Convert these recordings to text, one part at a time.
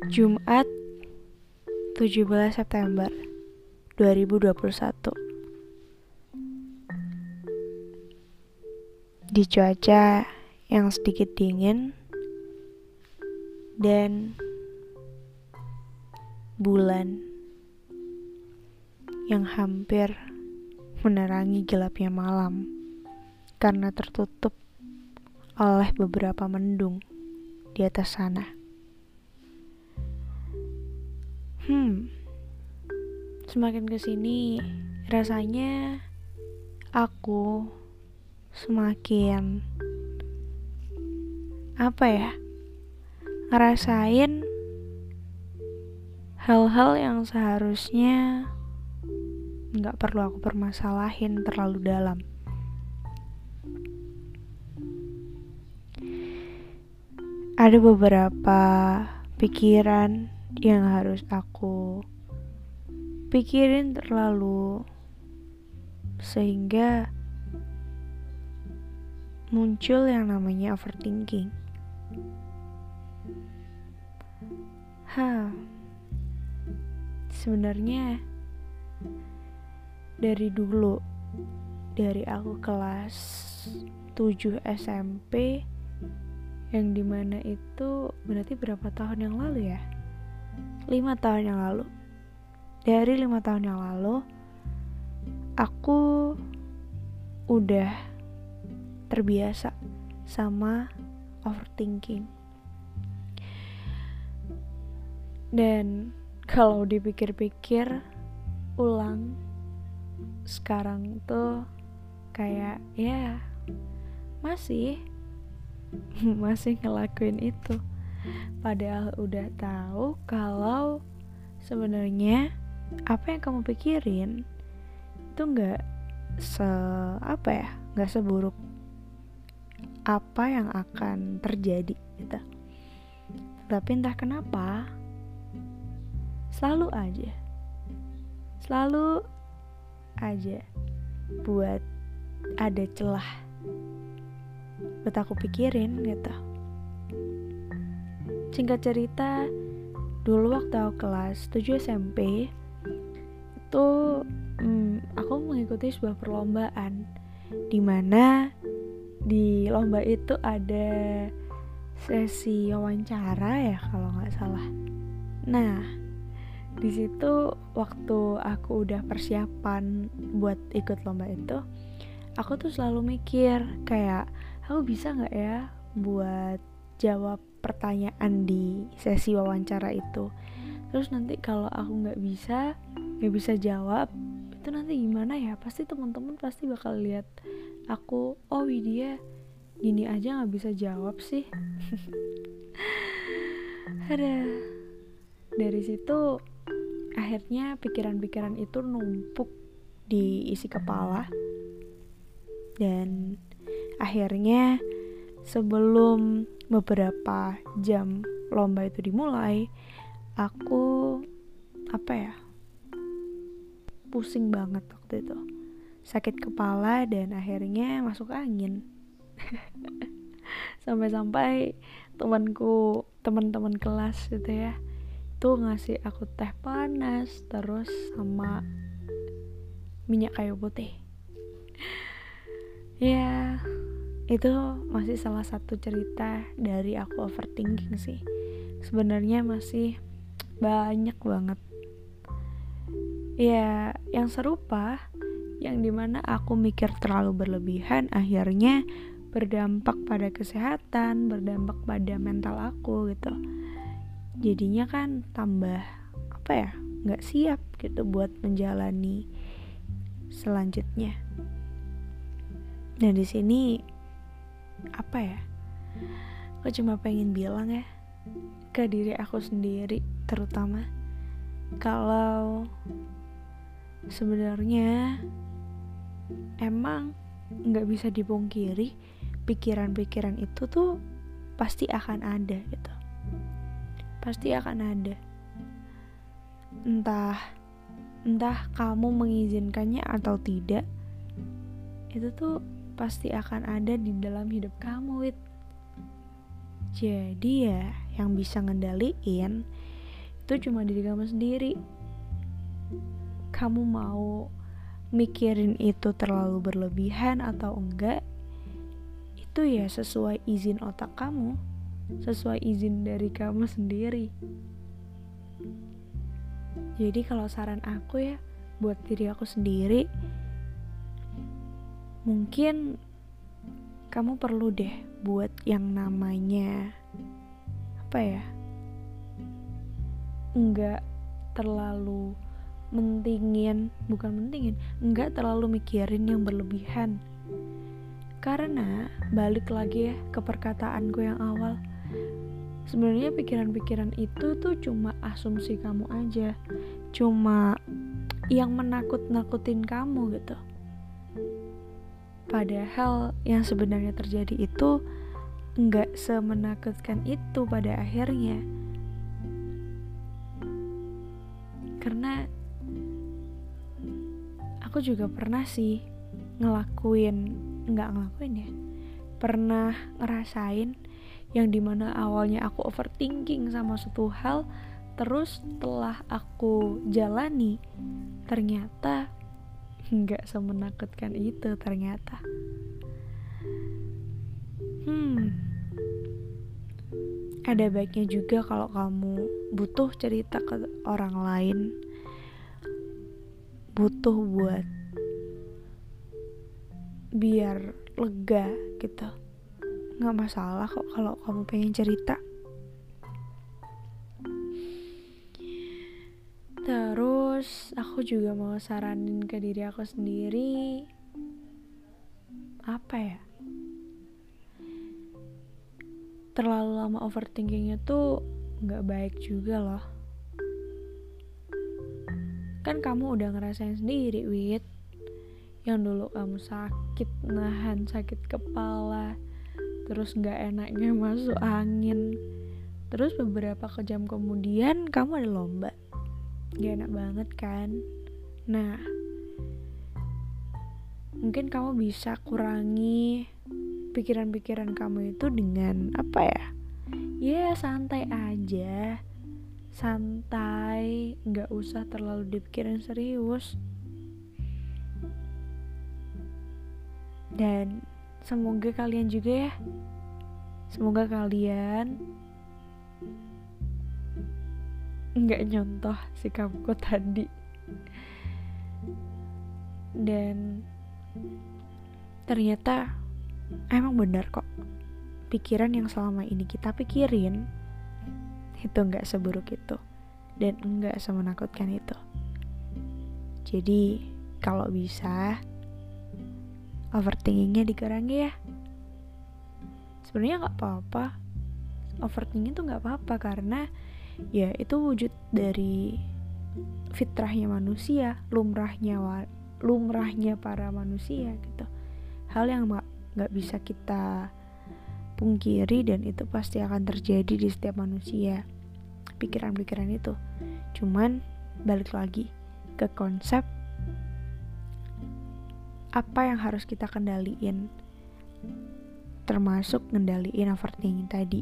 Jumat 17 September 2021. Di cuaca yang sedikit dingin dan bulan yang hampir menerangi gelapnya malam karena tertutup oleh beberapa mendung di atas sana. Semakin kesini rasanya aku semakin ngerasain hal-hal yang seharusnya gak perlu aku permasalahin terlalu dalam. Ada beberapa pikiran yang harus aku pikirin terlalu sehingga muncul yang namanya overthinking. Sebenarnya dari dulu, dari aku kelas 7 SMP, yang dimana itu berarti berapa tahun yang lalu ya? 5 tahun yang lalu. Dari 5 tahun yang lalu aku udah terbiasa sama overthinking. Dan kalau dipikir-pikir ulang sekarang tuh kayak ya masih ngelakuin itu. Padahal udah tahu kalau sebenarnya apa yang kamu pikirin itu nggak seburuk apa yang akan terjadi gitu. Tapi entah kenapa selalu aja buat ada celah buat aku pikirin gitu. Singkat cerita, dulu waktu aku kelas 7 SMP itu aku mengikuti sebuah perlombaan di mana di lomba itu ada sesi wawancara ya kalau nggak salah. Nah, di situ waktu aku udah persiapan buat ikut lomba itu, aku tuh selalu mikir kayak aku bisa nggak ya buat jawab pertanyaan di sesi wawancara itu. Terus nanti kalau aku nggak bisa jawab, itu nanti gimana ya? Pasti teman-teman pasti bakal lihat aku, oh Widya gini aja nggak bisa jawab sih. Dari situ akhirnya pikiran-pikiran itu numpuk di isi kepala. Dan akhirnya sebelum beberapa jam lomba itu dimulai, aku pusing banget waktu itu, sakit kepala dan akhirnya masuk angin. Sampai-sampai teman-teman kelas gitu ya tuh ngasih aku teh panas terus sama minyak kayu putih. Ya, itu masih salah satu cerita dari aku overthinking sih. Sebenarnya masih banyak banget. Ya, yang serupa, yang dimana aku mikir terlalu berlebihan akhirnya berdampak pada kesehatan, berdampak pada mental aku gitu. Jadinya kan tambah nggak siap gitu buat menjalani selanjutnya. Nah di sini aku cuma pengen bilang ya ke diri aku sendiri terutama, kalau sebenarnya emang nggak bisa dipungkiri pikiran-pikiran itu tuh pasti akan ada gitu. Pasti akan ada. Entah kamu mengizinkannya atau tidak, itu tuh pasti akan ada di dalam hidup kamu, Wit. Jadi ya yang bisa ngendaliin itu cuma diri kamu sendiri. Kamu mau mikirin itu terlalu berlebihan atau enggak, itu ya sesuai izin otak kamu, sesuai izin dari kamu sendiri. Jadi kalau saran aku ya, buat diri aku sendiri, mungkin kamu perlu deh buat yang namanya enggak terlalu enggak terlalu mikirin yang berlebihan. Karena balik lagi ya ke perkataanku yang awal, sebenarnya pikiran-pikiran itu tuh cuma asumsi kamu aja, cuma yang menakut-nakutin kamu gitu. Padahal yang sebenarnya terjadi itu enggak semenakutkan itu pada akhirnya. Karena aku juga pernah sih pernah ngerasain yang dimana awalnya aku overthinking sama suatu hal, terus setelah aku jalani ternyata nggak semenakutkan itu ternyata. Ada baiknya juga kalau kamu butuh cerita ke orang lain, butuh buat biar lega gitu, nggak masalah kok kalau kamu pengen cerita. Terus aku juga mau saranin ke diri aku sendiri, terlalu lama overthinkingnya tuh nggak baik juga loh. Kan kamu udah ngerasain sendiri, Wit, yang dulu kamu nahan sakit kepala, terus nggak enaknya masuk angin, terus beberapa jam kemudian kamu ada lomba. Gak enak banget kan? Nah, mungkin kamu bisa kurangi pikiran-pikiran kamu itu dengan ya santai aja, santai, gak usah terlalu dipikirin serius. Dan semoga kalian juga ya, semoga kalian nggak nyontoh sikapku tadi. Dan ternyata emang benar kok, pikiran yang selama ini kita pikirin itu nggak seburuk itu dan nggak semenakutkan itu. Jadi kalau bisa overthinkingnya dikurangi ya. Sebenarnya nggak apa-apa, overthinking itu nggak apa-apa, karena ya itu wujud dari fitrahnya manusia, lumrahnya para manusia gitu. Hal yang gak bisa kita pungkiri dan itu pasti akan terjadi di setiap manusia, pikiran-pikiran itu. Cuman balik lagi ke konsep apa yang harus kita kendaliin, termasuk ngendaliin overthinking tadi.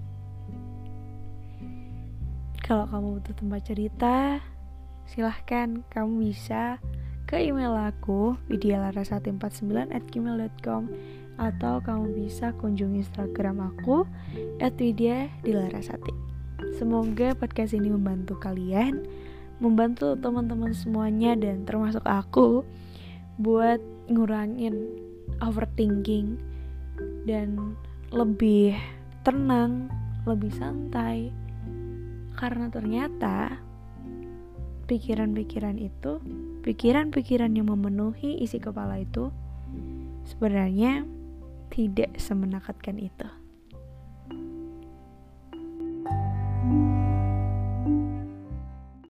Kalau kamu butuh tempat cerita, silahkan kamu bisa ke email aku widyalarasati49@gmail.com, atau kamu bisa kunjungi Instagram aku @widya_dilarasati. Semoga podcast ini membantu kalian, membantu teman-teman semuanya dan termasuk aku buat ngurangin overthinking dan lebih tenang, lebih santai. Karena ternyata pikiran-pikiran yang memenuhi isi kepala itu sebenarnya tidak semenakutkan itu.